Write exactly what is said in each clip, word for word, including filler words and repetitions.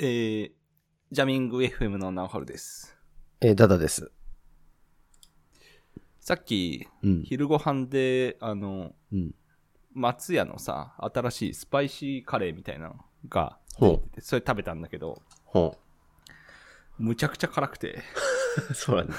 えー、ジャミング エフエム の直春です。 えー、ダダです。 さっき、 うん、 昼ご飯で、あの、 うん、 松屋のさ、新しいスパイシーカレーみたいなのが出てて、それ食べたんだけど、 ほうむちゃくちゃ辛くて。 そうなんだ。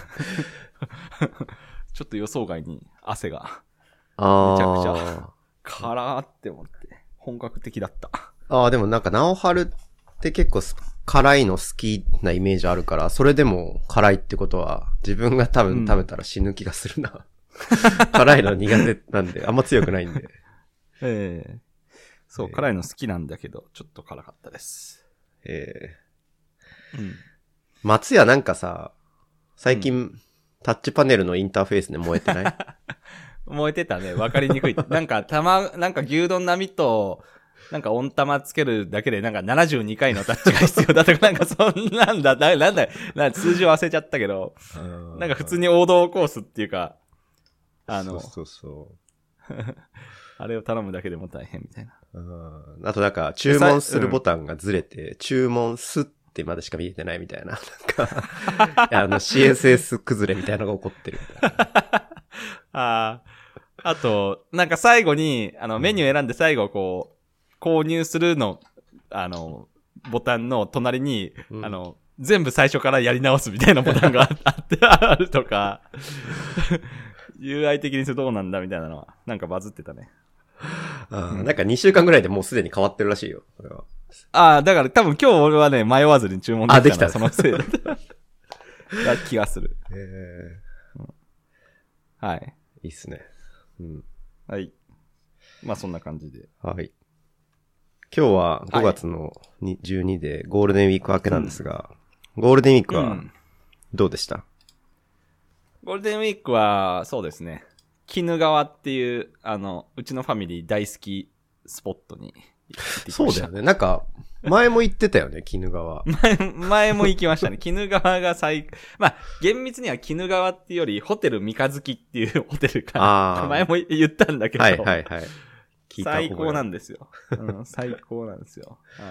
ちょっと予想外に汗が。 あめちゃくちゃ辛ーって思って、本格的だった。 ああ、でもなんか直春って結構辛いの好きなイメージあるから、それでも辛いってことは自分が多分食べたら死ぬ気がするな。うん、辛いの苦手なんで、あんま強くないんで。 ええー、そう、えー、辛いの好きなんだけど、ちょっと辛かったです。 ええー、うん。 松屋なんかさ、最近、うん、タッチパネルのインターフェースで燃えてない？ 燃えてたね。わかりにくい。なんか、たま、なんか牛丼並みと、なんか温玉つけるだけでなんかななじゅうにかいのタッチが必要だとか、なんかそんなんだ、ななんだ、なん数字忘れちゃったけど、なんか普通に王道コースっていうか、あの、 そうそうそうあれを頼むだけでも大変みたいな。 あ, あとなんか注文するボタンがずれて、うん、注文すってまでしか見えてないみたいな、なんかあの シーエスエス 崩れみたいなのが起こってるみたいな。 ああ、あとなんか最後にあのメニュー選んで最後こう購入するのあのボタンの隣に、うん、あの全部最初からやり直すみたいなボタンがあってあるとかユーアイ 的にどうなんだみたいなのはなんかバズってたね。 あうん、なんかにしゅうかんぐらいでもうすでに変わってるらしいよ。これはああ、だから多分今日俺はね、迷わずに注文できたの。 あ、できた。 そのせいだ気がする。 へー、 うん。はい。 いいっすね。うん。 はい。まあそんな感じで。 はい。今日はごがつのじゅうにでゴールデンウィーク明けなんですが、うん、ゴールデンウィークはどうでした、うん、 ゴールデンウィークはそうですね。鬼怒川っていう、あの、うちのファミリー大好きスポットに行ってきました。 そうだよね。なんか、前も行ってたよね、鬼怒川。 前、前も行きましたね。鬼怒川が最、まあ、厳密には鬼怒川っていうより、ホテル三日月っていうホテルか。前も言ったんだけど。 はいはいはい。 最高なんですよ。うん、最高なんですよ。はい。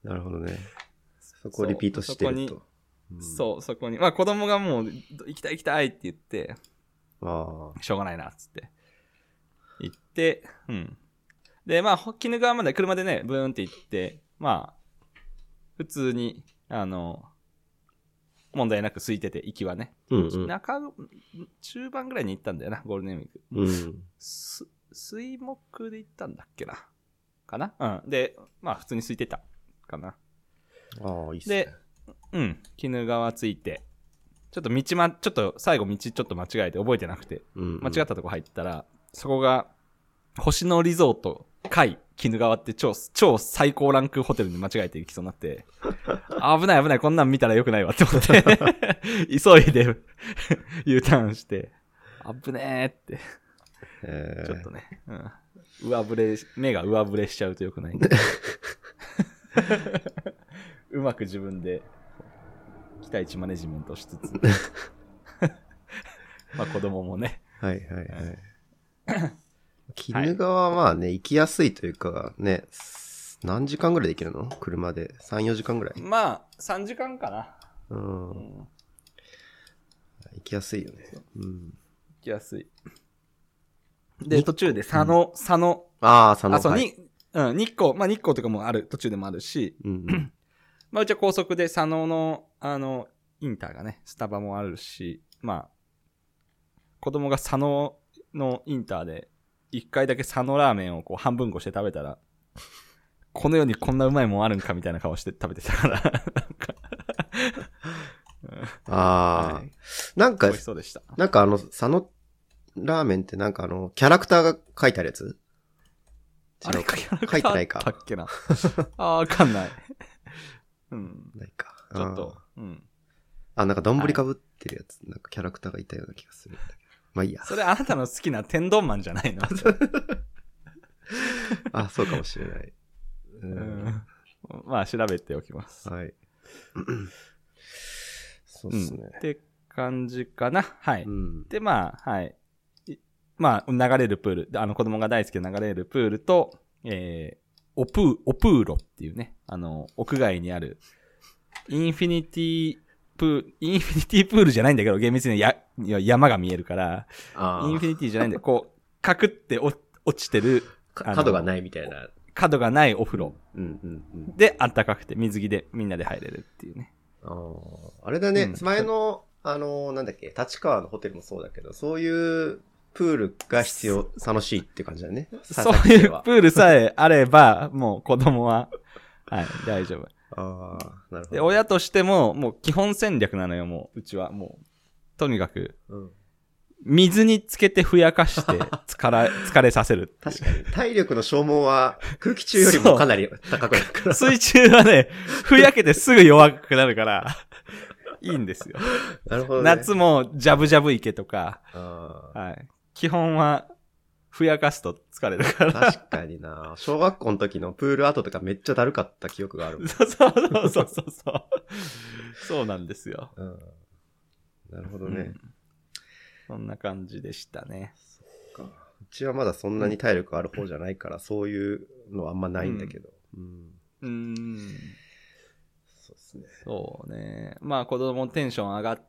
なるほどね。そこをリピートしてると。 そ, うん、そう、そこに。まあ子供がもう、行きたい行きたいって言って、 あしょうがないな、つって。行って、うん。で、まあ、鬼怒川まで車でね、ブーンって行って、まあ、普通に、あの、問題なく空いてて、行きはね。 うんうん、 中、中盤ぐらいに行ったんだよな、ゴールデンウィーク。 うん。 す、水木で行ったんだっけな。かなうん。で、まあ、普通に空いてた。かな。 ああ、いいっすね。 で、うん。鬼怒川着いて、ちょっと道ま、ちょっと最後道ちょっと間違えて覚えてなくて、 うんうん、 間違ったとこ入ったら、そこが、星野リゾート、海、鬼怒川って超、超最高ランクホテルに間違えて行きそうになって、危ない危ない、こんなん見たらよくないわって思って、急いで U ターンして、危ねーって、 えー、 ちょっとね、うん、上振れ、目が上振れしちゃうとよくないんで。うまく自分で、期待値マネジメントしつつ、まあ子供もね。 はいはいはい。鬼怒川はまあね、行きやすいというかね、何時間ぐらいで行けるの？車で。さん、よじかんぐらい？ まあ、さんじかんかな。 うん。うん、行きやすいよね。うん。 行きやすい。で、途中で佐野、佐野。 ああ、佐野。 あ、そう、はい、に、うん、日光、まあ日光とかもある、途中でもあるし、 うん、うん。 まあうちは高速で佐野の、あの、インターがね、スタバもあるし、まあ、子供が佐野のインターで、一回だけ佐野ラーメンをこう半分こして食べたら、この世にこんなうまいもんあるんかみたいな顔して食べてたから。 ああ、はい、なんか、 美味しそうでした。 なんかあの、佐野ラーメンってなんかあの、キャラクターが書いてあるやつ？ あれか、キャラクター書いてないか。 あったっけな。ああ、わかんない。うん。 ないか。 ちょっと、うん。 あ、なんか丼被ってるやつ、はい、なんかキャラクターがいたような気がするんだけど。まあいいや。 それあなたの好きな天丼マンじゃないの？ あ、そうかもしれない。 うん、まあ調べておきます。 はい。そうですね、 うん。って感じかな。はい。 うん、 で、まあ、はい。まあ、流れるプール。あの子供が大好きで流れるプールと、えー、 オプー、オプーロっていうね、あの、屋外にある、インフィニティプール、インフィニティプールじゃないんだけど、厳密にや山が見えるから、インフィニティじゃないんだよ。こう、カクって落ちてる。 角がないみたいな。 角がないお風呂。 うんうんうん、 で、あったかくて水着でみんなで入れるっていうね。 ああれだね、うん、前の、あの、なんだっけ、立川のホテルもそうだけど、そういうプールが必要、楽しいって感じだね。 そういうプールさえあれば、もう子供は、はい、大丈夫。 ああ、なるほど。 で、親としても、もう基本戦略なのよ、もう、うちは。もう、とにかく、うん、水につけてふやかして疲れ、疲れさせる。 確かに。体力の消耗は空気中よりもかなり高くなるから。 水中はね、ふやけてすぐ弱くなるから、いいんですよ。 なるほど、ね。 夏もジャブジャブ池とか、 あはい。基本は、ふやかすと疲れるから。 確かにな。小学校の時のプール跡とかめっちゃだるかった記憶がある。 そうそうそうそうそう。そうなんですよ。 うん、なるほどね。うんそんな感じでしたね。 そっか。うちはまだそんなに体力ある方じゃないから、うん、そういうのはあんまないんだけど。 うん。うん。 そうですね。 そうね。まあ子供テンション上がって、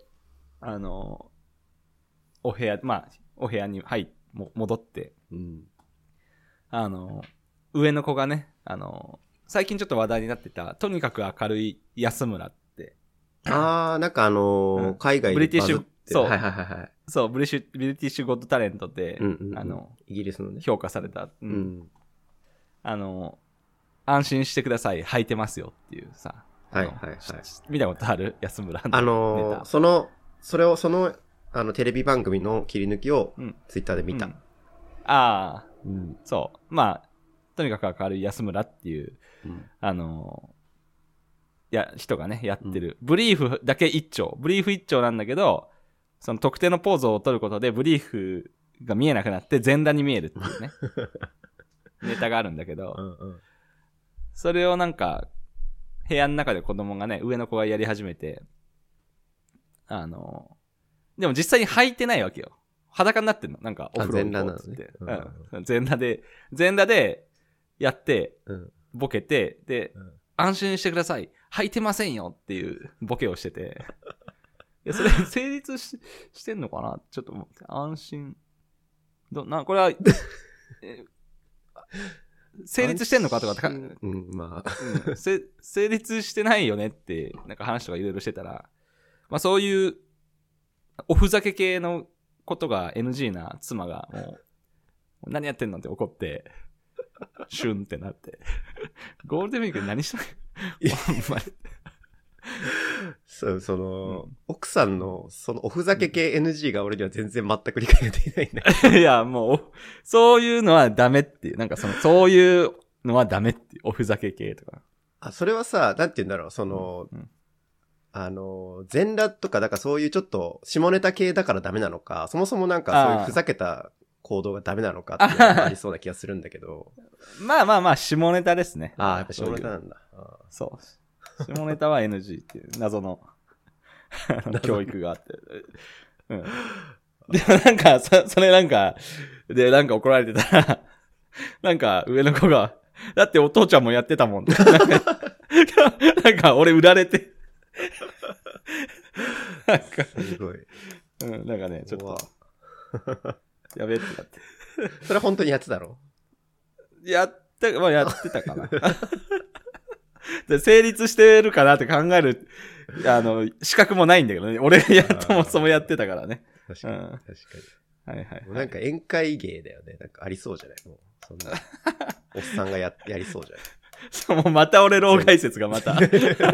あの、お部屋、まあ、お部屋に、はい、も戻って、 うん、 あの、上の子がね、あの、最近ちょっと話題になってた、とにかく明るい安村って。 あー、なんかあのーうん、海外でバズってブリティッシュそう。 はいはいはいはい。 そう、ブリッシュ、ブリティッシュゴッドタレントで、 うんうんうん、 あの、 イギリスのね。 評価された。 うん。うん、 あの、安心してください、履いてますよっていうさ。 はいはいはい。 見たことある安村のあのー、その、それを、その、あの、テレビ番組の切り抜きを、ツイッターで見た。 うんうん、ああ、 うん、 そう。まあ、とにかく明るい安村っていう、 うん、 あのー、や、人がね、やってる。うん、ブリーフだけ一丁。ブリーフ一丁なんだけど、その特定のポーズを取ることでブリーフが見えなくなって全裸に見えるっていうねネタがあるんだけど、 うんうん、 それをなんか部屋の中で子供がね、上の子がやり始めて、あのでも実際に履いてないわけよ。裸になってんの、なんかお風呂に行こうっつって、うんうん、全裸で全裸でやって、 うん、 ボケてで、 うん、 安心してください、履いてませんよっていうボケをしてていやそれ成立 し, してんのかな、ちょっと思って。安心どなこれはえ成立してんのかとかってか、 うん、まあ、 うん、せ成立してないよねってなんか話とかいろいろしてたら、まあそういうおふざけ系のことが エヌジー な妻がもう何やってんのって怒ってシュンってなってゴールデンウィークで何したのお前そう、その、うん、奥さんの、そのおふざけ系 エヌジー が俺には全然全く理解できないんだけど。 いや、もう、そういうのはダメっていう、なんかその、そういうのはダメっていう、おふざけ系とか。 あ、それはさ、なんて言うんだろう、その、うん、あの、全裸とか、だからそういうちょっと、下ネタ系だからダメなのか、そもそもなんかそういうふざけた行動がダメなのかっていうのがありそうな気がするんだけど。 まあまあまあ、下ネタですね。 ああ、やっぱ下ネタなんだ。 あそう。下ネタは エヌジー っていう謎の教育があって。うん。でもなんか、そ、それなんか、で、なんか怒られてたら、なんか上の子が、だってお父ちゃんもやってたもん。なんか、なんか俺売られて。なんか、 すごい。 うん、なんかね、ちょっと、やべえってなって。 それは本当にやってたの？ やった、まあやってたかな。で成立してるかなって考える、あの、資格もないんだけどね。俺やっともそもやってたからね。 確かに。うん、確かに。はいはい、はい。 もうなんか宴会芸だよね。なんかありそうじゃない？もう、そんな、おっさんがや、やりそうじゃない？ そう、もうまた俺老害説がまた。そう、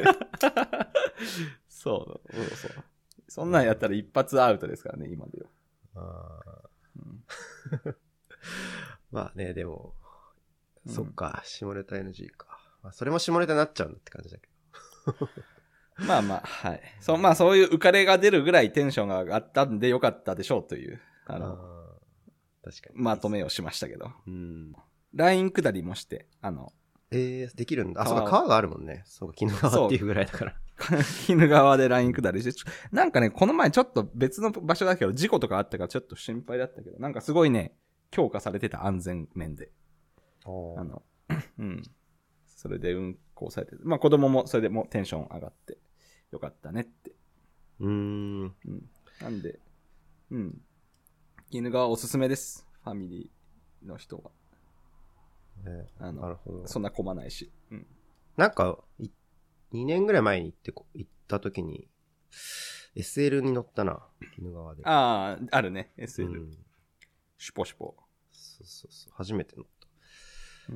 そうそう。そんなんやったら一発アウトですからね、今でよ。 あうん、まあね、でも、うん、そっか、下ネタ エヌジー か。まあ、それも下ネタになっちゃうんだって感じだけど。 まあまあ、はい。そう、まあそういう浮かれが出るぐらいテンションが上がったんでよかったでしょうという、あの、 あ確かに。 まとめをしましたけど。 うん。 ライン下りもして、あの、 えー、できるんだ。あ、そうか、川があるもんね。そうか、鬼怒川っていうぐらいだから。 鬼怒川でライン下りして、なんかね、この前ちょっと別の場所だけど、事故とかあったからちょっと心配だったけど、なんかすごいね、強化されてた安全面で。 あの、 うん。それで運行されて、まあ子供もそれでもうテンション上がって、よかったねって。 うーん。 うん。なんで、うん。犬がおすすめです。ファミリーの人は。 ね、 あのなるほど。 そんな混まないし。うん。 なんか、にねんぐらい前に行ってこ、行った時に、エスエル に乗ったな、鬼怒川で。 ああ、あるね、エスエル。 うん、 シュポシュポ。 そうそうそう、初めて乗った。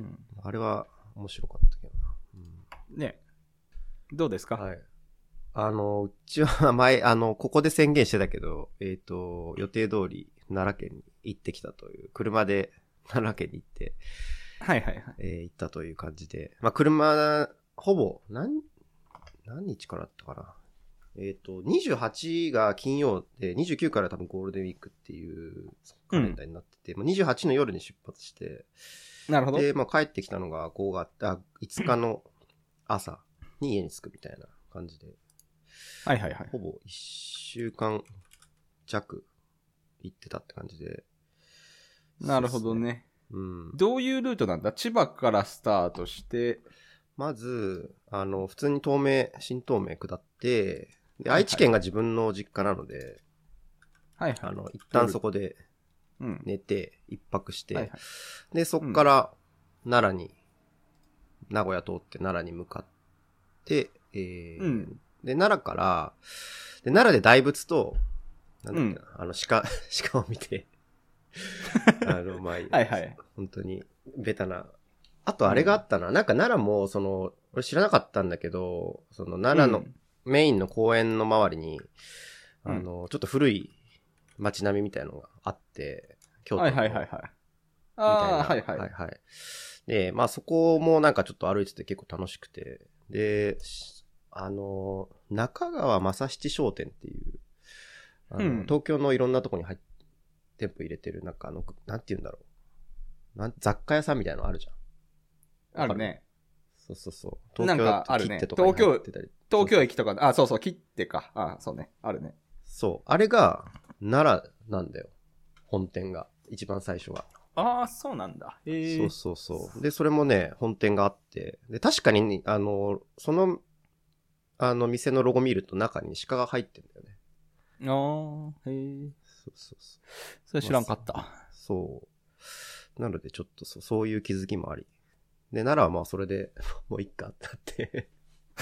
うん。 あれは面白かったけどな。 うん、ね。どうですか？ はい。あの、うちは前、あの、ここで宣言してたけど、えっと、予定通り奈良県に行ってきたという、車で奈良県に行って、 はいはいはい。 えー、行ったという感じで、まあ、車、ほぼ、何、何日からだったかな。えっと、にじゅうはちが金曜で、にじゅうくから多分ゴールデンウィークっていうカレンダーになってて、うん、まあ、にじゅうはちの夜に出発して、 なるほど。 で、まあ、帰ってきたのがごがつ、あ、いつかの朝に家に着くみたいな感じで。 はいはいはい。 ほぼいっしゅうかん弱行ってたって感じで。 なるほどね。 うん。 どういうルートなんだ？千葉からスタートして、 まず、あの、普通に東名、新東名下って、で、愛知県が自分の実家なので、 はいはい。 あの、一旦そこで寝て、一泊して、 はいはい、 で、そっから奈良に、名古屋通って奈良に向かって、えー、うん、で、奈良から、で、奈良で大仏と、なんだっけな、うん、あの、鹿、鹿を見て、あの、まあ、はいはい。本当に、ベタな。あと、あれがあったな、うん。なんか奈良も、その、俺知らなかったんだけど、その、奈良のメインの公園の周りに、うん、あの、ちょっと古い街並みみたいなのがあって、京都の。はいはいはいはい。みたいな。あはいはい。はいはい。で、まあそこもなんかちょっと歩いてて結構楽しくて、で、あの、中川正七商店っていう、あの、うん、東京のいろんなとこに入って、店舗入れてる、なんかあの、なんて言うんだろう。なん雑貨屋さんみたいなのあるじゃん。 あるね。 そうそうそう。東京だと切手とかに入ってたり。東京、東京駅とか、あ、そうそう、切手か。あ、そうね。あるね。 そう。あれが、奈良なんだよ。本店が。一番最初が。 ああ、そうなんだ。へえ。 そうそうそう。で、それもね、本店があって。で、確かに、あの、その、あの、店のロゴ見ると中に鹿が入ってるんだよね。 ああ、へえ。 そうそうそう。 それ知らんかった。まあ、そう。なのでちょっとそう、そういう気づきもあり。で、奈良はまあそれでもういっかってなって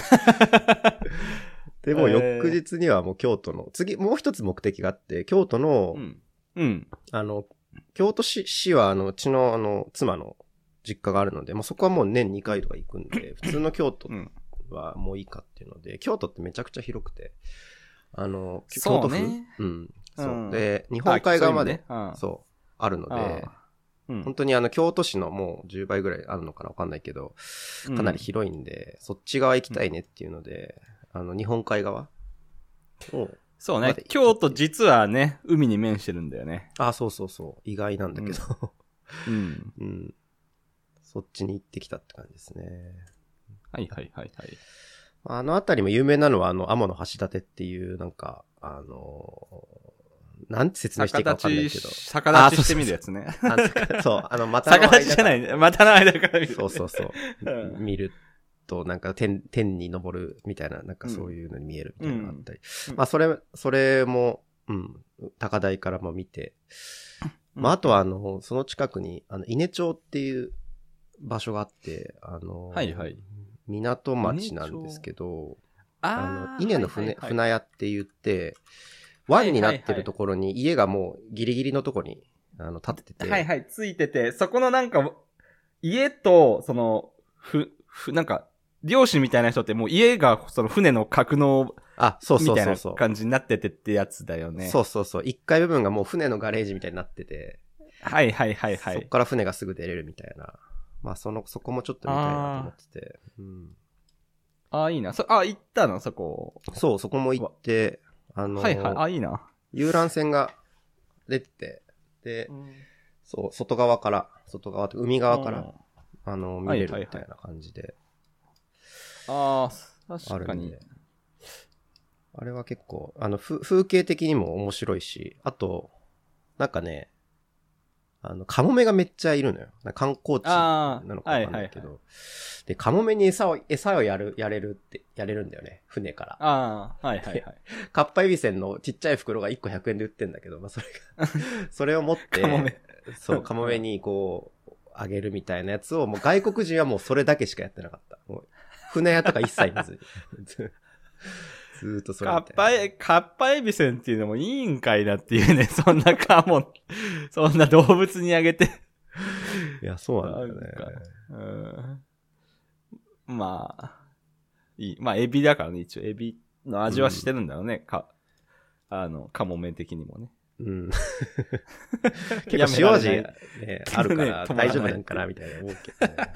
で、もう翌日にはもう京都の、次、もう一つ目的があって、京都の、 うん。うん。 あの、京都市、市はあの、うちのあの、妻の実家があるので、まあそこはもう年にかいとか行くんで、普通の京都はもういいかっていうので、京都ってめちゃくちゃ広くて、あの、京都府、ね、うん。そう、うん。で、日本海側まで、そう、ね、そう、あるので、うん、本当にあの、京都市のもうじゅうばいぐらいあるのかなわかんないけど、かなり広いんで、うん、そっち側行きたいねっていうので、うん、あの、日本海側を、そうね、京都実はね、海に面してるんだよね。 あ、そうそうそう、意外なんだけど、 うん。 うん。そっちに行ってきたって感じですね。 はいはいはいはい。 あのあたりも有名なのは、あの、天の橋立っていう、なんか、あのー、なんて説明していいか分かんないけど。 逆立ちしてみるやつね。 そう、あの、股の間から。 逆立ちじゃないね。股の間から見る。 そうそうそう。見ると、なんか天、天に昇るみたいな、なんかそういうのに見えるみたいなのがあったり。うん、まあ、それ、それも、うん、高台からも見て。まあ、あとは、あの、その近くに、あの、稲町っていう場所があって、あの、 はいはい。 港町なんですけど、あの、稲の船、はいはいはい、船屋って言って、湾になってるところに家がもうギリギリのところに、あの、建ってて。 はいはい、ついてて、そこのなんか、家と、その、ふ、ふ、なんか、漁師みたいな人ってもう家がその船の格納、 あ、そうそうそうそう。 みたいな感じになっててってやつだよね。 そうそうそう。一階部分がもう船のガレージみたいになってて。 はいはいはいはい。 そこから船がすぐ出れるみたいな。まあその、そこもちょっと見たいなと思ってて。うん。 ああ、いいな。そ、あ、行ったのそこ。 そう、そこも行って、あのー、 はいはい、あ、いいな。 遊覧船が出てて、で、うん、そう、外側から、外側と海側から、あのー、見れるみたいな感じで。はいはいはい、ああ、確かに。 あれは結構、あの、風景的にも面白いし、あと、なんかね、 あの、カモメがめっちゃいるのよ。観光地なのかわかんないけど。はいはいはい、で、カモメに餌を、餌をやる、やれるって、やれるんだよね。船から。 ああ、はいはいはい。 かっぱえびせんのちっちゃい袋がいっこひゃくえんで売ってんだけど、まあそれが、それを持って、 カモメ。 そう、カモメにこう、あげるみたいなやつを、もう外国人はもうそれだけしかやってなかった。もう船屋とか一切見ずに。ずーっとそれみたいな。 カッパエ、カッパエビセンっていうのもいいんかいなっていうね、そんなカモ、そんな動物にあげて。 いや、そうなんだよね。 うん、まあ、いい。まあ、エビだからね、一応。エビの味はしてるんだろうね。うん、か、あの、カモメ的にもね。 うん。結構塩味、ね、あるから大丈夫なんかなみたいな思うけどね。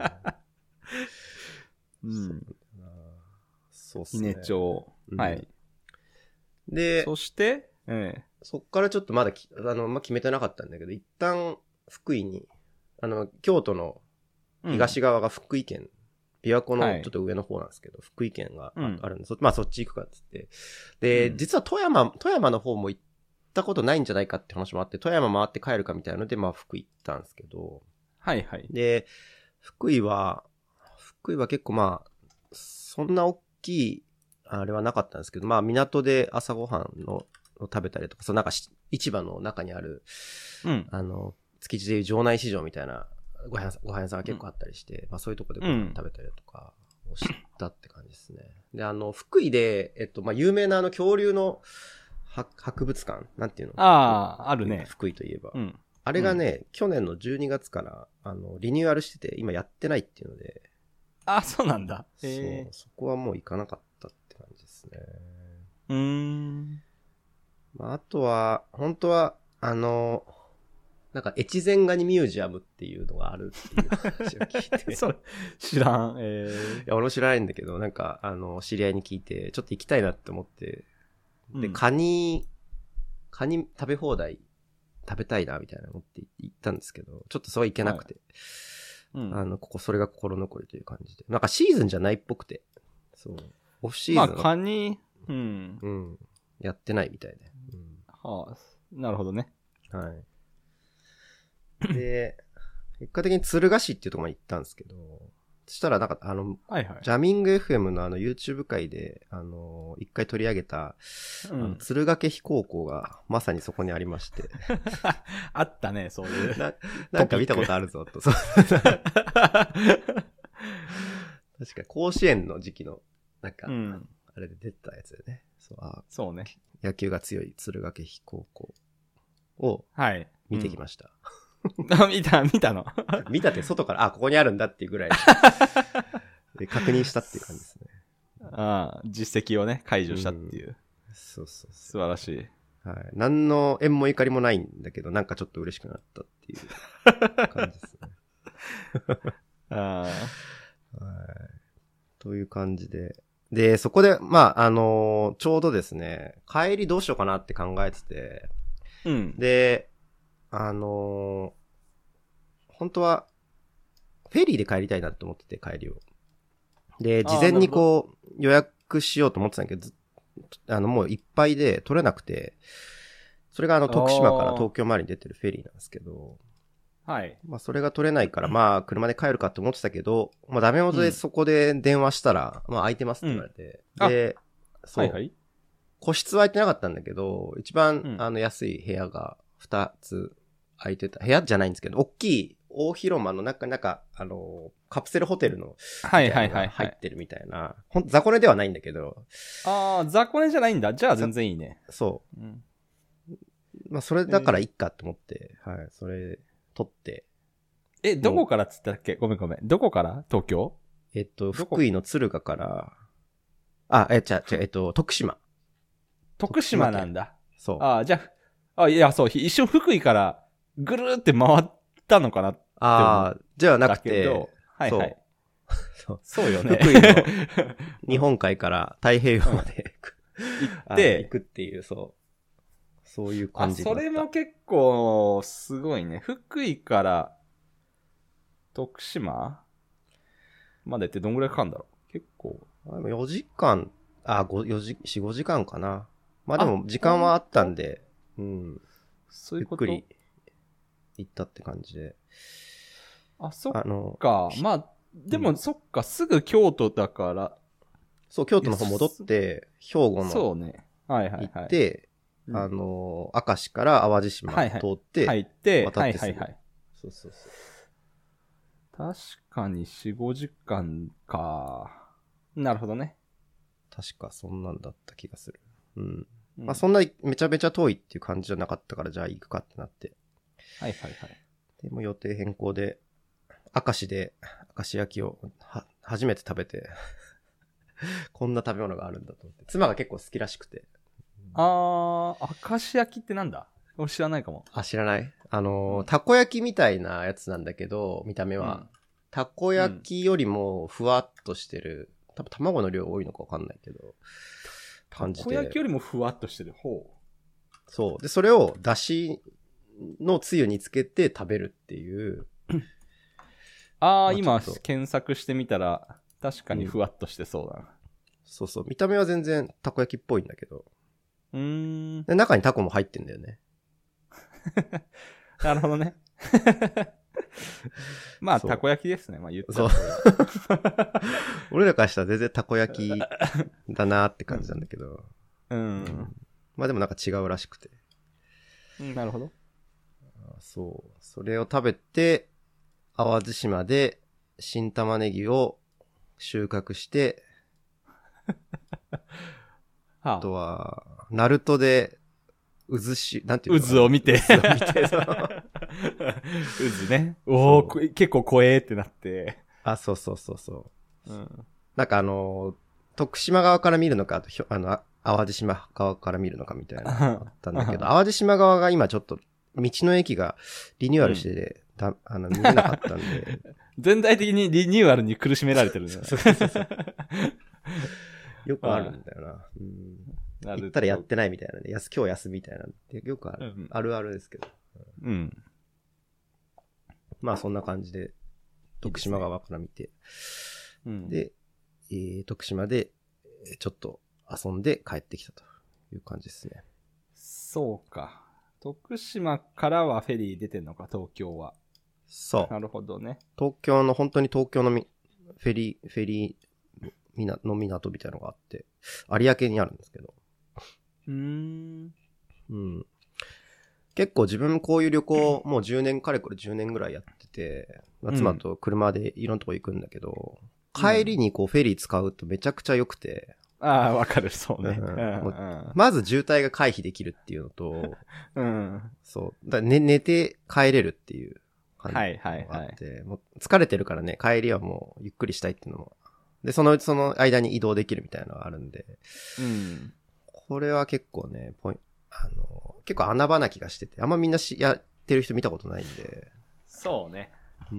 うん。 そうっすね。 稲町。はい。 で、 そして、ええ、 そっからちょっとまだき、あの、まあ、決めてなかったんだけど、一旦福井に、あの、京都の東側が福井県、琵琶湖のちょっと上の方なんですけど、はい、福井県があるんで、うん、まあそっち行くかっつって。で、うん、実は富山、富山の方も行ったことないんじゃないかって話もあって、富山回って帰るかみたいなので、まあ福井行ったんですけど。 はいはい。 で、福井は、福井は結構まあ、そんな大きい、あれはなかったんですけど、まあ港で朝ごはんのを食べたりとか、そのなんか市場の中にある、 うん、 あの、築地でいう場内市場みたいなご飯屋さんが結構あったりして、うん、まあそういうとこでご飯食べたりとかを知ったって感じですね。うん、で、あの、福井で、えっと、まあ有名なあの恐竜の博物館なんていうの？ ああ、あるね。 福井といえば。 うん、 あれがね、うん、去年のじゅうにがつから、あの、リニューアルしてて、今やってないっていうので。 あ、そうなんだ。 そう、そこはもう行かなかったって感じですね。 うーん。 まあ、あとは、本当は、あの、なんか、越前ガニミュージアムっていうのがあるっていう話を聞いて。 そう、知らん。えー、 いや、俺も知らないんだけど、なんか、あの、知り合いに聞いて、ちょっと行きたいなって思って、で、うん、カニ、カニ食べ放題食べたいな、みたいな思って行ったんですけど、ちょっとそれ行けなくて、はい、うん、あの、ここ、それが心残りという感じで。なんかシーズンじゃないっぽくて、そう、オフシーズン。 まあ、カニ、うん。 うん。やってないみたいで。うん、 はあ、なるほどね。 はい。で、結果的に敦賀市っていうところまで行ったんですけど、そしたらなんかあの、 はいはい、 ジャミング エフエム のあの YouTube 回で、あの、一回取り上げた、うん、あの敦賀気比高校がまさにそこにありまして。 あったね、そういう。 な、なんか見たことあるぞ、と。そう確か甲子園の時期の、なんか、うん、あれで出たやつでね。そう、あ、 そうね。 野球が強い敦賀気比高校を、 はい。 見てきました。 うん、見た、見たの見たって外から、あ、ここにあるんだっていうぐらいで確認したっていう感じですね。 ああ、実績をね、解除したっていう。うん、 そうそうそう。 素晴らしい。 はい。何の縁も怒りもないんだけど、なんかちょっと嬉しくなったっていう感じですね。 ああ。はい。 という感じで。で、そこで、まあ、あのー、ちょうどですね、帰りどうしようかなって考えてて、 うん。 で、あのー、本当は、フェリーで帰りたいなって思ってて、帰りを。で、事前にこう、予約しようと思ってたんだけど、あの、もういっぱいで取れなくて、それがあの、徳島から東京までに出てるフェリーなんですけど、 はい。 まあ、それが取れないから、まあ、車で帰るかって思ってたけど、まあ、ダメ元でそこで電話したら、うん、まあ、空いてますって言われて、うん、で、そう、はいはい、個室は空いてなかったんだけど、一番、うん、あの、安い部屋がふたつ空いてた。部屋じゃないんですけど、大きい大広間の中、なんか、あの、カプセルホテルの、 はいはいはい。 入ってるみたいな。ほんと、雑魚寝ではないんだけど。 ああ、雑魚寝じゃないんだ。じゃあ全然いいね。 そう。うん、まあ、それだからいっかと思って、えー、はい、それ、取って。 え、どこからっつったっけ？ごめんごめん。どこから？東京？ えっと、福井の敦賀から、あ、え、ちゃ、ちゃ、えっと、徳島。 徳島なんだ。 そう。 ああ、じゃあ、あ、いや、そう、一瞬福井からぐるーって回ったのかなって思った。 ああ、じゃなくて、 はいはい。 そう。 そうよね。 福井の日本海から太平洋まで行って、 行くっていう、そう。そういう感じだった。 あ、それも結構、すごいね。福井から、徳島までってどんぐらいかかるんだろう？結構。 あ、でもよじかん、あ、よじ、よん、ごじかんかな。まあでも時間はあったんで、うん。 そういうこと。 ゆっくり行ったって感じで。 あ、そっあの、 か。まあ、でも、そっか、すぐ京都だから。 そう、京都の方戻って、兵庫のそうね。はいはいはい。 行って、 うんあの、明石から淡路島はいはい通って、 入って、 渡ってすぐはいはいはい。 そうそうそう。 確かによん、ごじかんか。なるほどね。 確かそんなんだった気がする。うん。 うんまあそんなめちゃめちゃ遠いっていう感じじゃなかったから、じゃあ行くかってなって。 はいはいはい。 でも予定変更で、明石で明石焼きをは初めて食べて、こんな食べ物があるんだと思って。妻が結構好きらしくて。 あー、明石焼きってなんだ？俺知らないかも。 あ、知らない？あのー、 うんたこ焼きみたいなやつなんだけど、見た目は。 うんたこ焼きよりもふわっとしてる。多分卵の量多いのかわかんないけど。感じで。 たこ焼きよりもふわっとしてる。ほう。 そう。で、それをだしのつゆにつけて食べるっていう。 あー、今まあちょっと検索してみたら、確かにふわっとしてそうだな。 そうそう。見た目は全然たこ焼きっぽいんだけど。 うーん。 で、中にタコも入ってんだよね。 なるほどね。まあ、 そうたこ焼きですね。まあ言ったそうら。 俺らからしたら全然たこ焼きだなって感じなんだけど。 うん。 まあでもなんか違うらしくて。 うんなるほど。 あそう。それを食べて、淡路島で新玉ねぎを収穫して、 はあとは、ナルトで、渦し、なんていうの渦を見て。 渦を見て、そう。 渦ね。おー、こ結構怖えってなって。 あ、そうそうそうそう。 うん。 なんかあの、徳島側から見るのか、あとひょあの、あ淡路島側から見るのかみたいなのがあったんだけど、淡路島側が今ちょっと、道の駅がリニューアルしてて、だあの、見れなかったんで。 全体的にリニューアルに苦しめられてるんだよね。 そうそうそうよくあるんだよな。うんなるほど行ったらやってないみたいなね。やす今日休みみたいなってよくある、 うんあるあるですけど。 うん。 まあそんな感じで、徳島側から見て。 うん、 で、えー、徳島で、えーちょっと遊んで帰ってきたという感じですね。 そうか。徳島からはフェリー出てんのか、東京は。 そう。 なるほどね。 東京の、本当に東京のみフェリー、フェリーみなの港みたいなのがあって、有明にあるんですけど。 うーん。 うん。結構自分こういう旅行、もうじゅうねん、かれこれじゅうねんぐらいやってて、まあ妻と車でいろんなとこ行くんだけど、うん、帰りにこうフェリー使うとめちゃくちゃ良くて。 ああ、わかる、そうね。 うんうんうん、まず渋滞が回避できるっていうのと、 うん。 そう。だ寝、寝て帰れるっていう感じがあって、 はいはいはい、 もう疲れてるからね、帰りはもうゆっくりしたいっていうのも。で、その、その間に移動できるみたいなのがあるんで、 うん。 これは結構ね、ポインあの、結構穴場な気がしてて、あんまみんなしやってる人見たことないんで。 そうね。 うん。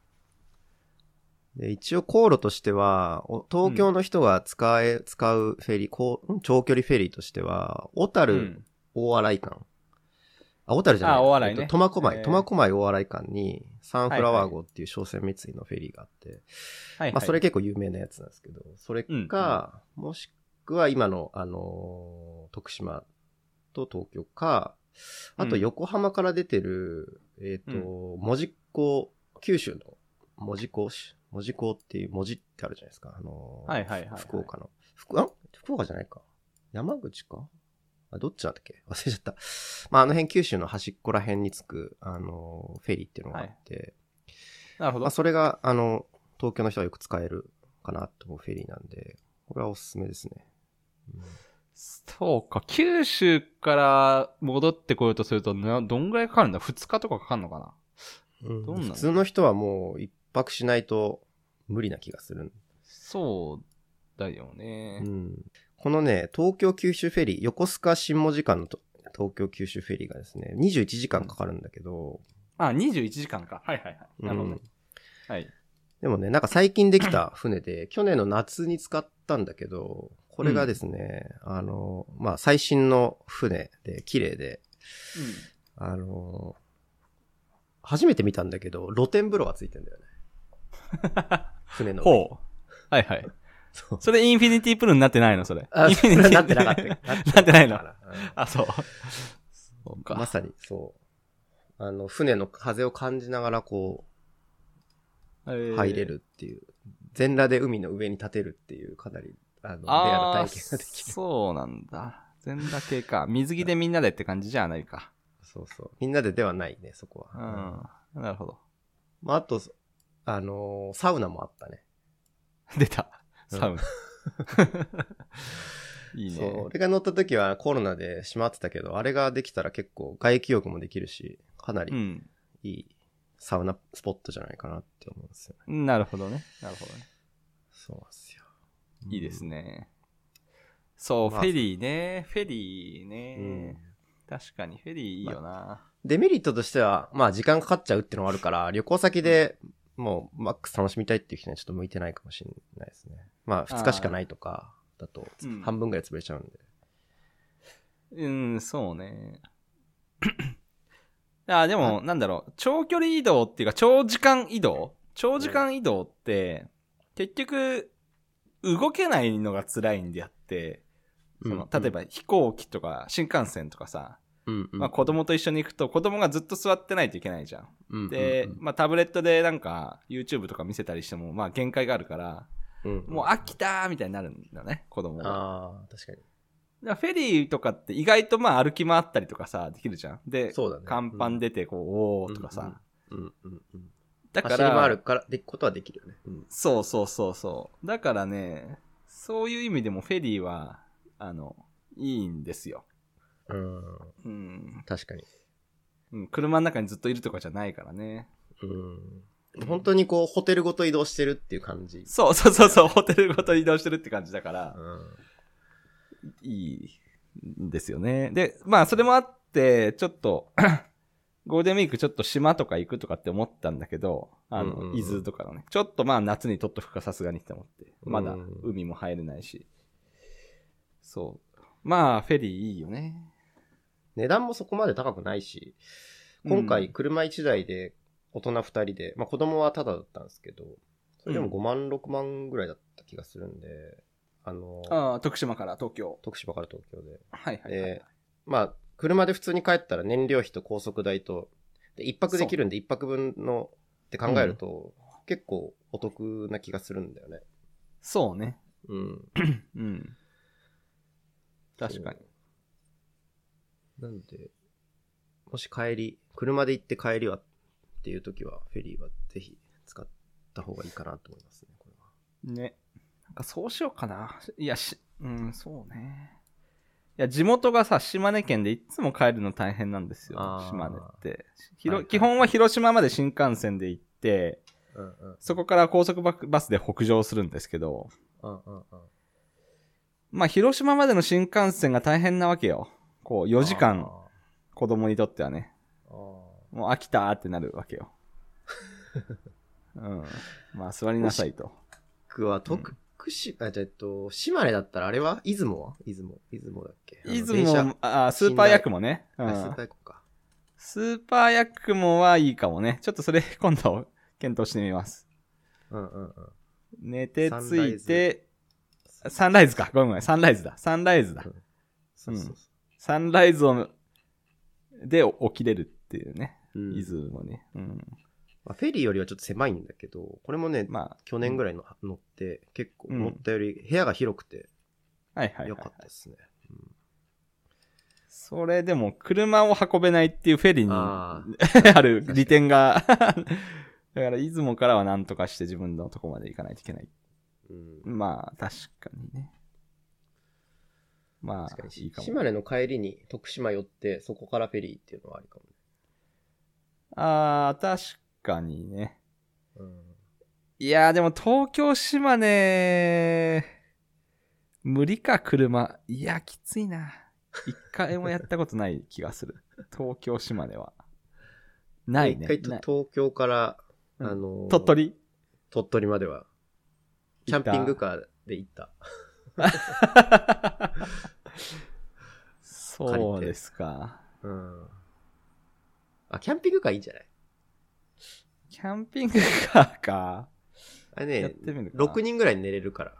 で、一応航路としては、東京の人が使え、うん、使うフェリー、こう、長距離フェリーとしては、小樽大洗間。うん、あ、小樽じゃない。 あ、大洗ね。 えっと、苫小牧、苫小牧大洗間に、サンフラワー号っていう商船三井のフェリーがあって、はいはい、まあ、それ結構有名なやつなんですけど、それか、うんうん、もしくは今の、あのー、徳島と東京か、あと横浜から出てる、うん、えっ、ー、と、門司港、九州の門司港、門司港っていう文字ってあるじゃないですか。あのー、 はいはいはい、はい。 福岡の。福、あ福岡じゃないか。山口かあ、どっちなんだっけ忘れちゃった。まあ、あの辺九州の端っこら辺に着く、あのー、フェリーっていうのがあって。 はい、なるほど。 まあ、それが、あの、東京の人はよく使えるかなと思うフェリーなんで、これはおすすめですね。うん、 そうか。九州から戻ってこようとするとな、どんぐらいかかるんだ ?ふつかとかかかるのかな、 うん、 どんなんだ普通の人はもう一泊しないと無理な気がする。 そうだよね。 うん。このね、東京九州フェリー、横須賀新門司間の東京九州フェリーがですね、にじゅういちじかんかかるんだけど。 あ、にじゅういちじかんか。はいはいはい。なるほど、ね。うん、はい。 でもね、なんか最近できた船で、去年の夏に使ったんだけど、これがですね、うん、あの、まあ、最新の船で、綺麗で、うん、あの、初めて見たんだけど、露天風呂がついてんだよね。船の上。 ほう。はいはい。そ, それインフィニティプールになってないのそれ。 あ、 インフィニティなってなかった。 なってないの、うん、あ、そう。そうか。 まさに、そう。 あの、船の風を感じながらこう、 えー、 入れるっていう。全裸で海の上に立てるっていう、かなり、あの、レアな体験ができる。 そうなんだ。全裸系か。水着でみんなでって感じじゃないか。 そうそう。みんなでではないね、そこは。 うん。なるほど。 まあ、あと、あのー、サウナもあったね。 出た。サウナ。いいね。 そう。俺が乗った時はコロナで閉まってたけど、あれができたら結構外気浴もできるし、かなりいいサウナスポットじゃないかなって思うんですよね。 うん、なるほどね。なるほどね。 そうなんですよ。 いいですね。そう、まあ、フェリーね。フェリーね、うん。確かにフェリーいいよな、まあ。 デメリットとしては、まあ時間かかっちゃうっていうのがあるから、旅行先でもうマックス楽しみたいっていう人にはちょっと向いてないかもしれないですね。まあふつかしかないとかだと半分ぐらい潰れちゃうんで。 うん、うん、そうね。あ、でも、なんだろう、長距離移動っていうか、長時間移動長時間移動って、結局、動けないのが辛いんであって、その、例えば飛行機とか新幹線とかさ、 うんうん、 まあ子供と一緒に行くと子供がずっと座ってないといけないじゃん。うんうんうん、で、まあタブレットでなんか YouTube とか見せたりしても、まあ限界があるから、うんうん、もう飽きたーみたいになるんだね、子供が。 ああ、確かに。 だからフェリーとかって意外とまあ歩き回ったりとかさ、できるじゃん。で、 そうだね、 甲板出てこう、うん、おーとかさ。 うんうんうんうん、 だから、 走り回るからできることはできるよね、うん。 そうそうそうそう。だからね、そういう意味でもフェリーは、あの、いいんですよ。 うん。 うん。 確かに。 うん。車の中にずっといるとかじゃないからね。 うん。本当にこう、ホテルごと移動してるっていう感じ。 そうそうそうそう、ホテルごと移動してるって感じだから、うん、いいんですよね。で、まあ、それもあって、ちょっと、ゴールデンウィークちょっと島とか行くとかって思ったんだけど、あの、うんうんうん、伊豆とかのね、ちょっとまあ夏にとっとくかさすがにって思って、まだ海も入れないし、そう。まあ、フェリーいいよね。 値段もそこまで高くないし、今回車いちだいで大人ふたりで、まあ子供はタダだったんですけど、それでもごまん、ろくまんぐらいだった気がするんで、あの、 ああ、徳島から東京。 徳島から東京で。 はいはいはい、はい。 で、まあ、車で普通に帰ったら燃料費と高速代と、で、一泊できるんで一泊分のって考えると、うん、結構お得な気がするんだよね。 そうね。 うん。 うん。確かに。 なんで、もし帰り、車で行って帰りはっていう時は、フェリーはぜひ使った方がいいかなと思いますね、これは。 ね。なんかそうしようかな。いや、し、うん、そうね。いや、地元がさ、島根県でいつも帰るの大変なんですよ。島根って。ひろ、はいはい、基本は広島まで新幹線で行って、うんうん、そこから高速バスで北上するんですけど、 うんうんうん、 まあ、広島までの新幹線が大変なわけよ。こう、よじかん、子供にとってはね。もう飽きたーってなるわけよ。うん。まあ、座りなさいと。 僕は徳島、うん、あ、じゃあ、えっと、島根だったらあれは出雲は出雲。出雲だっけ出雲、あ、スーパーヤクモね。 うん、あ、スーパーヤクモか。 スーパーヤクモはいいかもね。ちょっとそれ、今度、検討してみます。 うんうんうん。 寝てついて、サンライズか。ごめんごめん。サンライズだ。サンライズだ。うん。そうそうそう。サンライズを、で起きれるっていうね。うん、出雲ね。うん。 まあ、フェリーよりはちょっと狭いんだけど、これもね、まあ、去年ぐらいの乗って、うん、結構思ったより部屋が広くて、 はいはい。 よかったですね。うん、 それでも、車を運べないっていうフェリーにあ, ある利点が、だから出雲からは何とかして自分のとこまで行かないといけない。うん、まあ、確かにね。まあ、確かにいいかも。 島根の帰りに徳島寄って、そこからフェリーっていうのはありかもね。 ああ、確かにね。うん、いやーでも東京島根、無理か車。いや、きついな。一回もやったことない気がする。東京島根は。ないね。 一回と東京から、 うん、 あのー、 鳥取鳥取までは、キャンピングカーで行った。 そうですか。 うん。あ、キャンピングカーいいんじゃない？ キャンピングカーか。 あれね、ろくにんぐらい寝れるから。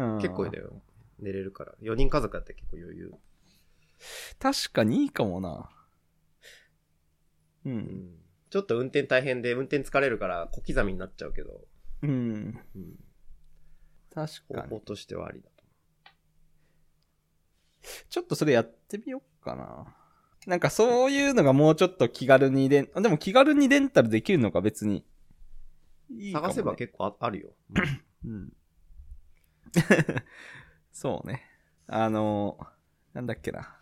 うん、結構だよ。寝れるから。よにん家族だったら結構余裕。 確かにいいかもな。 う。 うんん。ちょっと運転大変で、運転疲れるから小刻みになっちゃうけど。 うん。 うん。 確かに。 方法としてはありだと。 ちょっとそれやってみようかな。なんかそういうのがもうちょっと気軽にレン、でも気軽にレンタルできるのか別に。いいかもね、 探せば結構 あ, あるよ。 うん。そうね。あの、なんだっけな。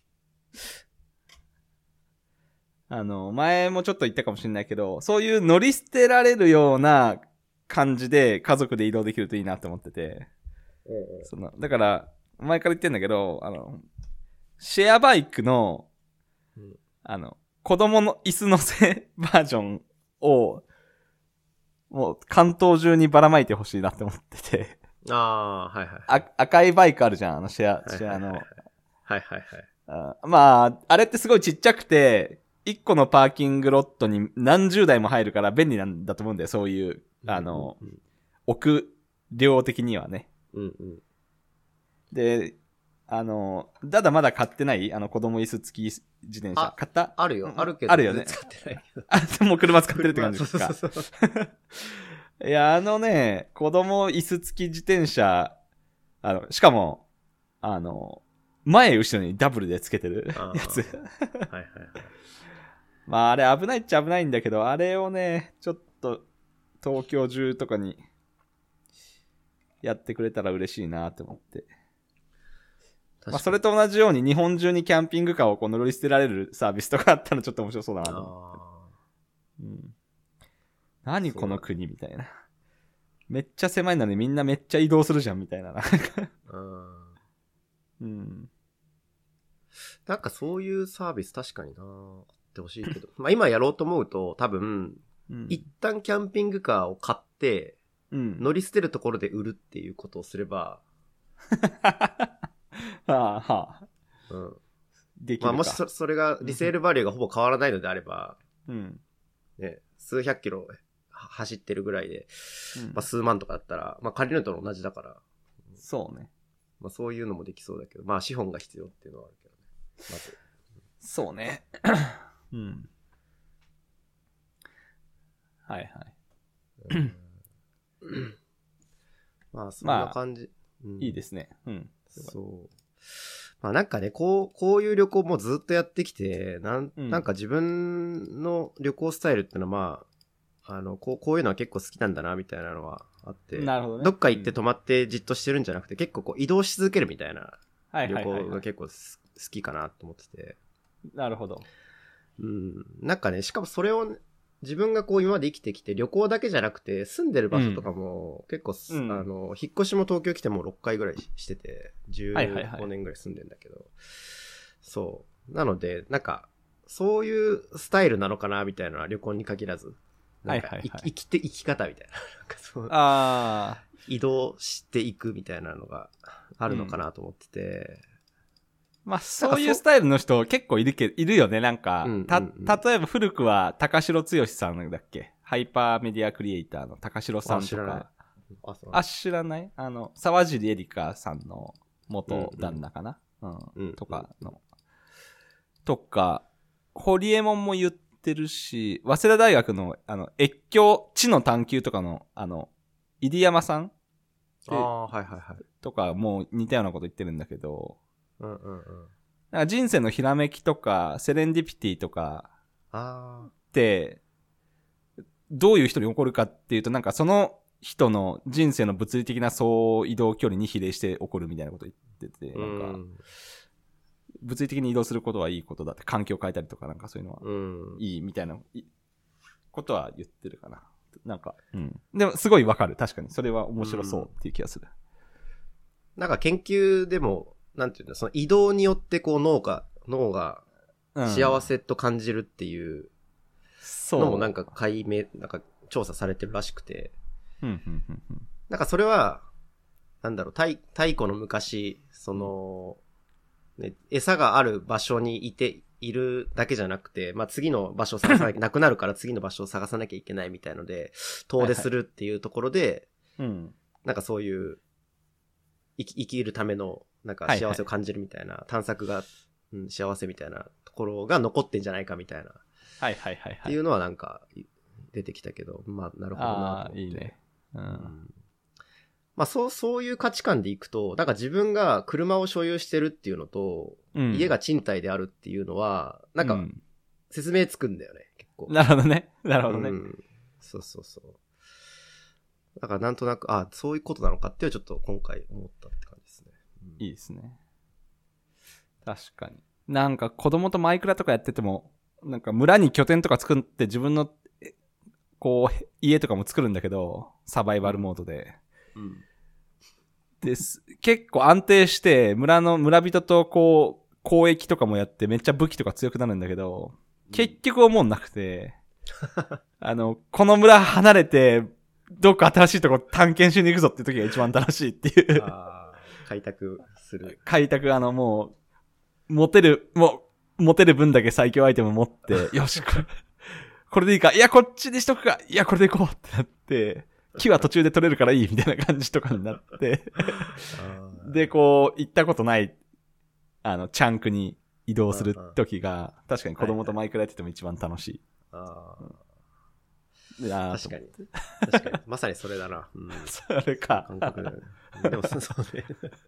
あの、前もちょっと言ったかもしれないけど、そういう乗り捨てられるような感じで家族で移動できるといいなって思ってて。 うんうん、 その、だから、前から言ってんだけど、あの、シェアバイクの、うん、あの、子供の椅子乗せバージョンを、もう関東中にばらまいてほしいなって思ってて。 ああ、はいはい、 あ。赤いバイクあるじゃん、あのシェア、シェアの。 はいはいはい。 あまあ、あれってすごいちっちゃくて、一個のパーキングロットに何十台も入るから便利なんだと思うんだよ、そういう、あの、うんうん、置く量的にはね。 うんうん、で、 あの、ただまだ買ってないあの子供椅子付き自転車。買った？ あるよ、あるけど。 あるよね。 使ってないけど。 あ、でも車使ってるって感じですか。そうそうそういや、あのね、子供椅子付き自転車、あの、しかも、あの、前後ろにダブルでつけてるやつ。はいはいはい。まああれ危ないっちゃ危ないんだけど、あれをね、ちょっと東京中とかにやってくれたら嬉しいなって思って。まあそれと同じように日本中にキャンピングカーをこう乗り捨てられるサービスとかあったらちょっと面白そうだなと思って。うん、何この国みたいな。めっちゃ狭いのにみんなめっちゃ移動するじゃんみたいな。 うん。なんかそういうサービス確かになあってほしいけど。まあ今やろうと思うと多分、うん、一旦キャンピングカーを買って、うん、乗り捨てるところで売るっていうことをすれば、 はあはあ。 うん。できるか。まあもし そ, それがリセールバリューがほぼ変わらないのであれば、うん。ね、数百キロ走ってるぐらいで、うん、まあ数万とかだったら、まあ借りるのと同じだから。 そうね。 まあそういうのもできそうだけど、まあ資本が必要っていうのはあるけどね。まず。 そうね。うん。はいはい。 うん、まあそんな感じ。 まあうん、いいですね。うん。 そう。まあなんかね、こう、こういう旅行もずっとやってきて、なん、うん、なんか自分の旅行スタイルってのはまあ、あの、こう、こういうのは結構好きなんだな、みたいなのはあって。 なるほどね。 どっか行って泊まってじっとしてるんじゃなくて、うん、結構こう移動し続けるみたいな旅行が結構好きかなと思ってて。 なるほど。 うん。なんかね、しかもそれを、自分がこう今まで生きてきて旅行だけじゃなくて住んでる場所とかも結構、うん、あの、引っ越しも東京来てもろっかいぐらいしてて、じゅうごねんぐらい住んでんだけど、はいはいはい、そう。なので、なんか、そういうスタイルなのかなみたいな旅行に限らず、なんか、はいはいはい、生きて、生き方みたいな。なんかそうあ移動していくみたいなのがあるのかなと思ってて、うんまあ、そういうスタイルの人結構いるけ、いるよね、なんか。うんうんうん、た、例えば古くは高城剛さんだっけハイパーメディアクリエイターの高城さんとか。あ、知らない。あ、あ知らないあの、沢尻エリカさんの元旦那かな、うんうん、うん。とかの。とか、ホリエモンも言ってるし、早稲田大学の、あの、越境、地の探求とかの、あの、入山さんああ、はいはいはい。 とかもう似たようなこと言ってるんだけど、 うんうんうん。 なんか人生のひらめきとか、セレンディピティとか、って、どういう人に起こるかっていうと、なんかその人の人生の物理的な総移動距離に比例して起こるみたいなこと言ってて、なんか、物理的に移動することはいいことだって、環境を変えたりとかなんかそういうのはいいみたいなことは言ってるかな。なんか、うん。でもすごいわかる。確かに。それは面白そうっていう気がする。 なんか研究でも、なんていうんだ、その移動によってこう脳が、脳が幸せと感じるっていうのもなんか解明、なんか調査されてるらしくて。なんかそれは、なんだろう、太、太古の昔、その、ね、餌がある場所にいて、いるだけじゃなくて、まあ、次の場所を探さなきゃ、なくなるから次の場所を探さなきゃいけないみたいので、遠出するっていうところで、はいはいうん、なんかそういう、生き、生きるための、なんか幸せを感じるみたいな、はいはい、探索が、うん、幸せみたいなところが残ってんじゃないかみたいなはいはいはいはい。 っていうのはなんか出てきたけど、まあなるほどなと思って。 ああ、いいね。うん。 うん、まあそう、そういう価値観でいくと、だから自分が車を所有してるっていうのと、うん、家が賃貸であるっていうのは、なんか説明つくんだよね、結構。 なるほどね。なるほどね。 うん、そうそうそう。だからなんとなく、あ、そういうことなのかっていうちょっと今回思ったって感じですね。 うん、いいですね。確かに。なんか子供とマイクラとかやってても、なんか村に拠点とか作って自分の、こう、家とかも作るんだけど、サバイバルモードで。うん。です。結構安定して、村の、村人とこう、交易とかもやってめっちゃ武器とか強くなるんだけど、結局思うなくて、あの、この村離れて、どっか新しいとこ探検しに行くぞって時が一番楽しいっていう。 ああ、開拓する。 開拓、あの、もう、持てる、もう、持てる分だけ最強アイテム持って、よし、これ、これでいいか。いや、こっちにしとくか。いや、これでいこうってなって、木は途中で取れるからいいみたいな感じとかになって。で、こう、行ったことない、あの、チャンクに移動する時が、確かに子供とマイクラやってても一番楽しい。ああ。 確かに。確かに。まさにそれだな。うん、 それか。 感覚だよね。でも、そうね。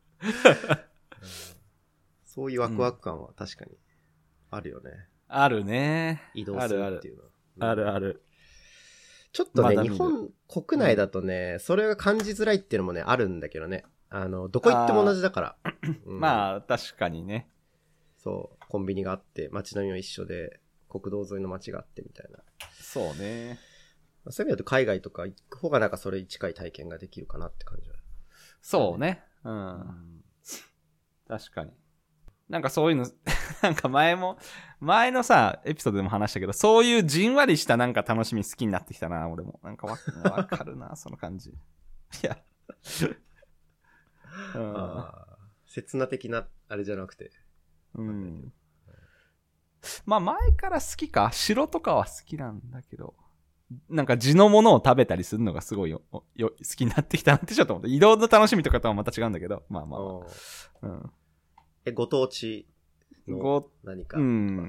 そういうワクワク感は確かにあるよね。 あるね。 移動するっていうのは。 あるある。あるあるちょっとね、日本国内だとね、それが感じづらいっていうのもね、あるんだけどね。あの、どこ行っても同じだから。 うん、まあ、確かにね。 そう。コンビニがあって、街並みは一緒で、国道沿いの街があってみたいな。 そうね。 そういう意味だと海外とか行く方がなんかそれに近い体験ができるかなって感じは。 そうね。うん。うん、確かに。なんかそういうの、なんか前も、前のさ、エピソードでも話したけど、そういうじんわりしたなんか楽しみ好きになってきたな、俺も。なんかわ、わかるな、その感じ。いや。 うん、あ刹那的な、あれじゃなくて。 うん。まあ前から好きか。城とかは好きなんだけど。なんか地のものを食べたりするのがすごいよよ好きになってきたなってちょっと思った。移動の楽しみとかとはまた違うんだけど、まあまあ、まあ。うん。 え、ご当地の何か。 うん。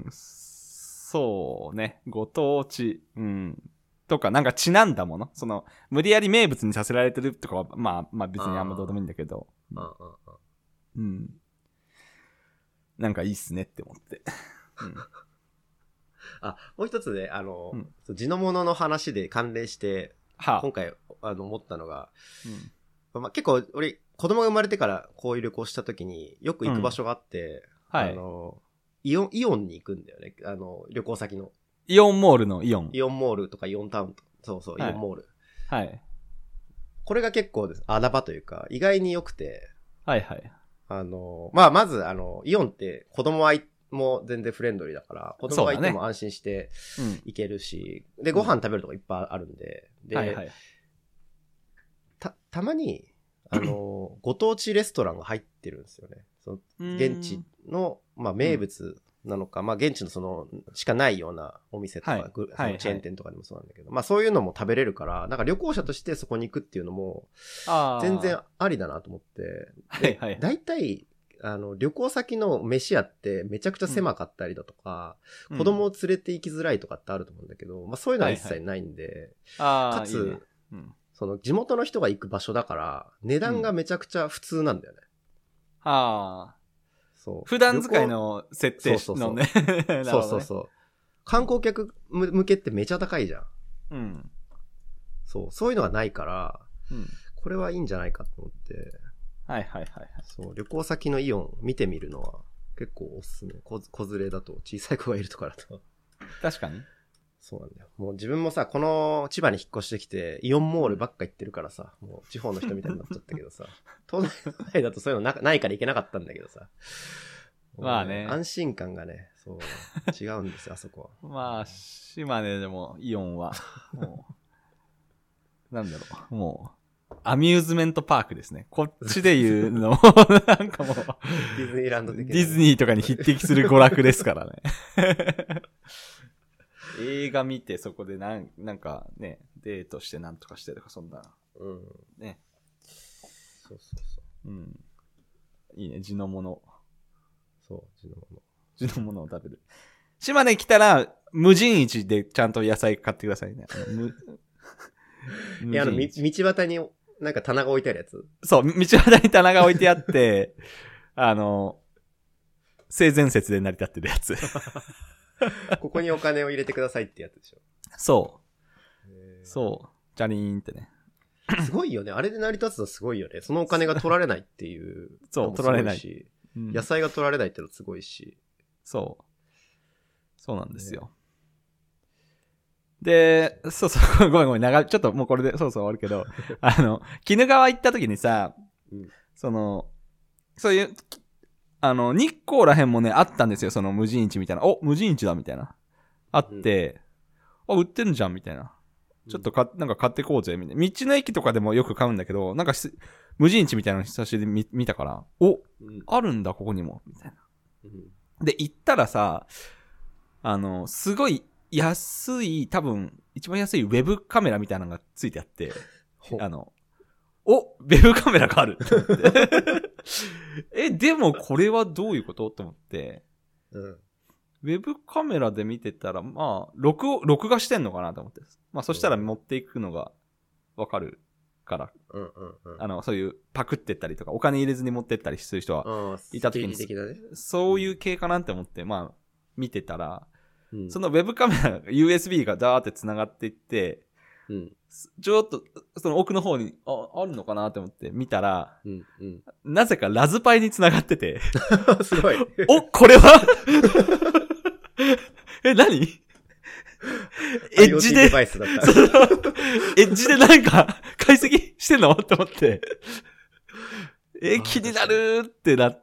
そうね。ご当地。うん。とか、なんかちなんだもの。その、無理やり名物にさせられてるとかは、まあ、まあ別にあんまどうでもいいんだけど。 ああああうん。なんかいいっすねって思って。うん、 あ、もう一つね、あの、うん、地のものの話で関連して、はあ、今回、あの、思ったのが、うんまあ、結構、俺、子供が生まれてからこういう旅行した時によく行く場所があって、うん、あの、イオン、イオンに行くんだよね。あの、旅行先の。 イオンモールのイオン。 イオンモールとかイオンタウンとか、そうそう、はい、イオンモール。 はい。 これが結構です。穴場というか、意外に良くて。 はいはい。 あの、まあ、まず、あの、イオンって子供相も全然フレンドリーだから、子供がいても安心して行けるし、ねうん、で、ご飯食べるとこいっぱいあるんで、で、はいはい、た、たまに、あの、ご当地レストランが入ってるんですよね。その現地の、まあ、名物なのか、うん、まあ、現地のその、しかないようなお店とか、はい、そのチェーン店とかでもそうなんだけど、はいはい、まあ、そういうのも食べれるから、なんか旅行者としてそこに行くっていうのも、全然ありだなと思って、はいはい、だいたい、あの、旅行先の飯屋ってめちゃくちゃ狭かったりだとか、うん、子供を連れて行きづらいとかってあると思うんだけど、まあそういうのは一切ないんで、はいはい、かつ、いいねうん、その地元の人が行く場所だから、値段がめちゃくちゃ普通なんだよね。 うん、ああ。そう。普段使いの設定のね。 そうそうそう。そうそうそう。観光客向けってめちゃ高いじゃん。うん。そう。そういうのがないから、うん、これはいいんじゃないかと思って。 はいはいはい、はい。 そう、旅行先のイオン見てみるのは結構おすすめ。子連れだと、小さい子がいるとかだと。 確かに。 そうなんだよ。もう自分もさ、この千葉に引っ越してきて、イオンモールばっか行ってるからさ、もう地方の人みたいになっちゃったけどさ、都内だとそういうの な, ないから行けなかったんだけどさ。 まあね。 安心感がね、そう、違うんですよ、あそこは。 まあ、島根でもイオンは、もう、なんだろう、もう、アミューズメントパークですね。こっちで言うのも、なんかもう、 ディズニーランド的な。 ディズニーとかに匹敵する娯楽ですからね。映画見てそこでなん、なんかね、デートしてなんとかしてとか、そんな。うん。ね。 そうそうそう。うん。 いいね、地のもの。 そう、地のもの。 地のものを食べる。 島根来たら、無人市でちゃんと野菜買ってくださいね。 いや、あの、み道端になんか棚が置いてあるやつ。 そう、道端に棚が置いてあって、あの、性善説で成り立ってるやつ。 ここにお金を入れてくださいってやつでしょ。 そう。そう。ジャリーンってね。 すごいよね。あれで成り立つのすごいよね。そのお金が取られないっていう。 そう、取られないし、 うん。野菜が取られないってのすごいし。 そう。そうなんですよ。ね、で、そうそう、ごめんごめん、長ちょっともうこれでそうそう終わるけど、あの、鬼怒川行った時にさ、うん、その、そういう、あの、日光らへんもね、あったんですよ、その無人市みたいな。お、無人市だみたいな。あって、うん、あ、売ってんじゃんみたいな。ちょっとか、なんか買ってこうぜ、みたいな。道の駅とかでもよく買うんだけど、なんか無人市みたいなの久しぶりに 見, 見たから、お、うん、あるんだ、ここにも、みたいな。うん、で、行ったらさ、あの、すごい安い、多分、一番安いウェブカメラみたいなのがついてあって、あの、お、ウェブカメラがあると思ってえ、でもこれはどういうことと思って、うん、ウェブカメラで見てたら、まあ、録を、録画してんのかなと思って。まあ、そしたら持っていくのがわかるから、うんうんうん、あの、そういうパクってったりとか、お金入れずに持ってったりする人はいた時に、ね、そういう系かなって思って、まあ、見てたら、うん、そのウェブカメラ、ユーエスビー がダーって繋がっていって、うん、ちょっと、その奥の方に、あ、あるのかなって思って見たら、うんうん、なぜかラズパイに繋がってて。 すごい。 お、これはえ、何エッジで、 デバイスだった。 エッジでなんか解析してんのって思って。え、気になるってなって。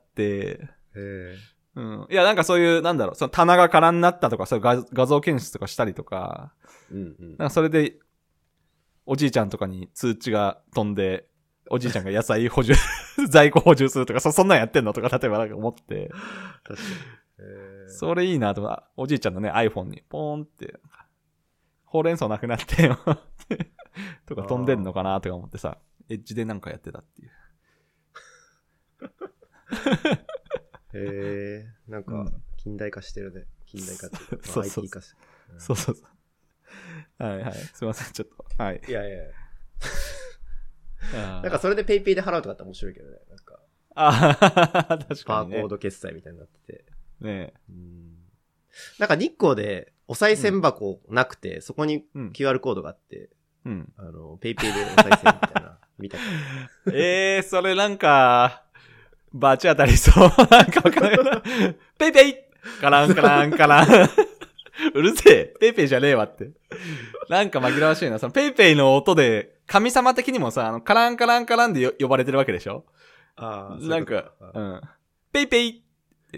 へうん。いや、なんかそういう、なんだろう、その棚が空になったとか、そういう画、画像検出とかしたりとか、うんうん、なんかそれで、おじいちゃんとかに通知が飛んで、おじいちゃんが野菜補充、在庫補充するとか、そ、そんなんやってんのとか、例えばなんか思って。確かに。それいいなとか、おじいちゃんのね、iPhone にポーンって、ほうれん草なくなってよとか飛んでんのかなとか思ってさ、エッジでなんかやってたっていう。 へえ、なんか、近代化してるね。近代化っていうか、まあ、 そうそうそうアイティー 化して、 うん。そうそうそう。はいはい。すいません、ちょっと。はい。 いやいやいや。なんかそれでペイペイで払うとかって面白いけどね。なんか。 ああ、確かに、ね。 パーコード決済みたいになってて。 ねえ。 うん。なんか日光でお賽銭箱なくて、うん、そこに キューアール コードがあって、うん。あの、ペイペイでお賽銭みたいな、見たから。 ええー、それなんか、バチ当たりそう。なんかわかんないな。ペイペイカランカランカラン。うるせえ。ペイペイじゃねえわって。なんか紛らわしいな。そのペイペイの音で、神様的にもさ、あの、カランカランカランで呼ばれてるわけでしょ？ああ、なんか、うん。ペイペイって、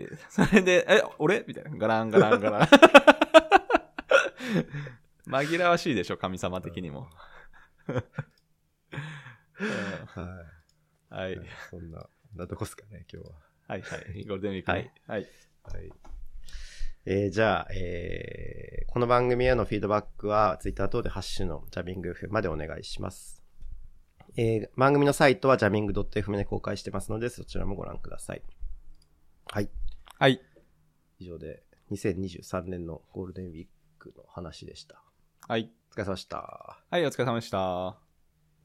それで、え、俺みたいな。ガランガランガラン。紛らわしいでしょ、神様的にも。 はい。はい。そんな。なとこっすかね、今日は。 はいはい。ゴールデンウィーク。はい。はい。はい。 えー、じゃあ、えー、この番組へのフィードバックは、ツイッター等でハッシュのジャミング エフエム までお願いします。えー、番組のサイトはジャミング ドットエフエム で公開してますので、そちらもご覧ください。はい。 はい。 以上で、にせんにじゅうさんねんのゴールデンウィークの話でした。 はい。 お疲れ様でした。 はい、お疲れ様でした。